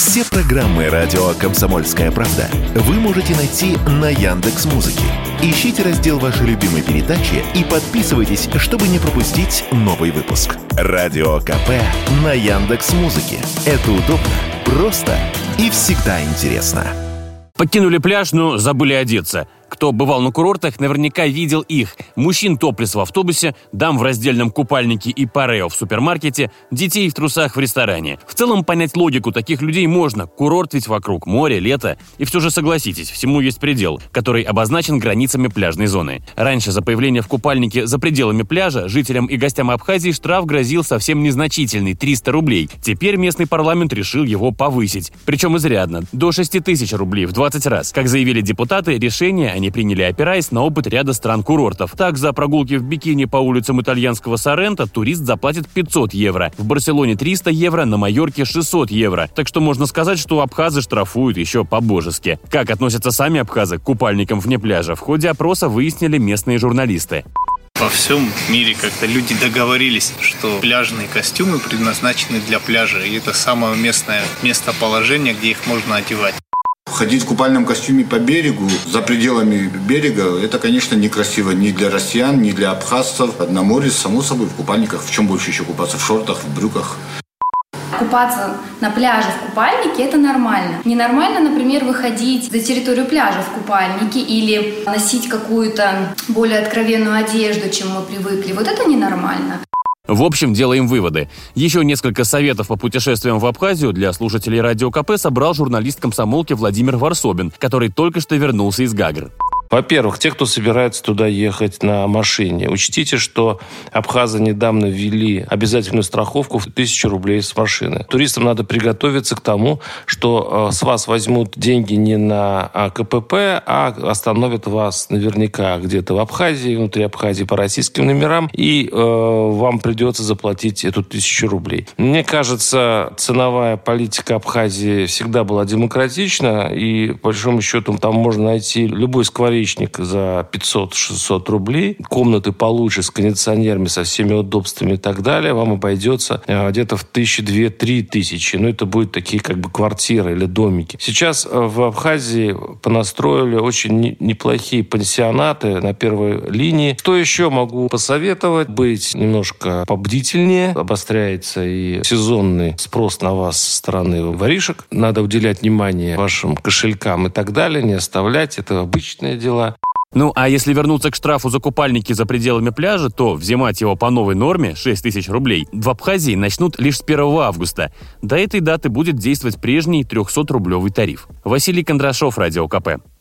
Все программы радио «Комсомольская правда» вы можете найти на Яндекс.Музыке. Ищите раздел вашей любимой передачи и подписывайтесь, чтобы не пропустить новый выпуск. Радио КП на Яндекс.Музыке. Это удобно, просто и всегда интересно. Покинули пляж, но забыли одеться. Кто бывал на курортах, наверняка видел их. Мужчин топлес в автобусе, дам в раздельном купальнике и парео в супермаркете, детей в трусах в ресторане. В целом понять логику таких людей можно. Курорт ведь вокруг, море, лето. И все же согласитесь, всему есть предел, который обозначен границами пляжной зоны. Раньше за появление в купальнике за пределами пляжа жителям и гостям Абхазии штраф грозил совсем незначительный – 300 рублей. Теперь местный парламент решил его повысить. Причем изрядно – до 6000 рублей в 20 раз. Как заявили депутаты, решение они приняли, опираясь на опыт ряда стран-курортов. Так, за прогулки в бикини по улицам итальянского Сорренто турист заплатит 500 евро, в Барселоне 300 евро, на Майорке 600 евро. Так что можно сказать, что абхазы штрафуют еще по-божески. Как относятся сами абхазы к купальникам вне пляжа, в ходе опроса выяснили местные журналисты. Во всем мире как-то люди договорились, что пляжные костюмы предназначены для пляжа, и это самое уместное местоположение, где их можно одевать. Ходить в купальном костюме по берегу, за пределами берега, это, конечно, некрасиво ни для россиян, ни для абхазцев. На море, само собой, в купальниках. В чем больше еще купаться? В шортах, в брюках. Купаться на пляже в купальнике – это нормально. Ненормально, например, выходить за территорию пляжа в купальнике или носить какую-то более откровенную одежду, чем мы привыкли. Вот это ненормально. В общем, делаем выводы. Еще несколько советов по путешествиям в Абхазию для слушателей Радио КП собрал журналист комсомолки Владимир Варсобин, который только что вернулся из Гагры. Во-первых, те, кто собирается туда ехать на машине, учтите, что абхазы недавно ввели обязательную страховку в 1000 рублей с машины. Туристам надо приготовиться к тому, что с вас возьмут деньги не на КПП, а остановят вас наверняка где-то в Абхазии, внутри Абхазии по российским номерам, и вам придется заплатить эту 1000 рублей. Мне кажется, ценовая политика Абхазии всегда была демократична, и, по большому счету, там можно найти любой скворечник за 500-600 рублей, комнаты получше с кондиционерами, со всеми удобствами и так далее, вам обойдется где-то в 1000-2000-3000. Ну, это будут такие как бы квартиры или домики. Сейчас в Абхазии понастроили очень неплохие пансионаты на первой линии. Что еще могу посоветовать? Быть немножко побдительнее. Обостряется и сезонный спрос на вас со стороны воришек. Надо уделять внимание вашим кошелькам и так далее, не оставлять. Это обычное дело. Ну, а если вернуться к штрафу за купальники за пределами пляжа, то взимать его по новой норме 6000 рублей в Абхазии начнут лишь с 1 августа. До этой даты будет действовать прежний 300-рублевый тариф. Василий Кондрашов, Радио КП.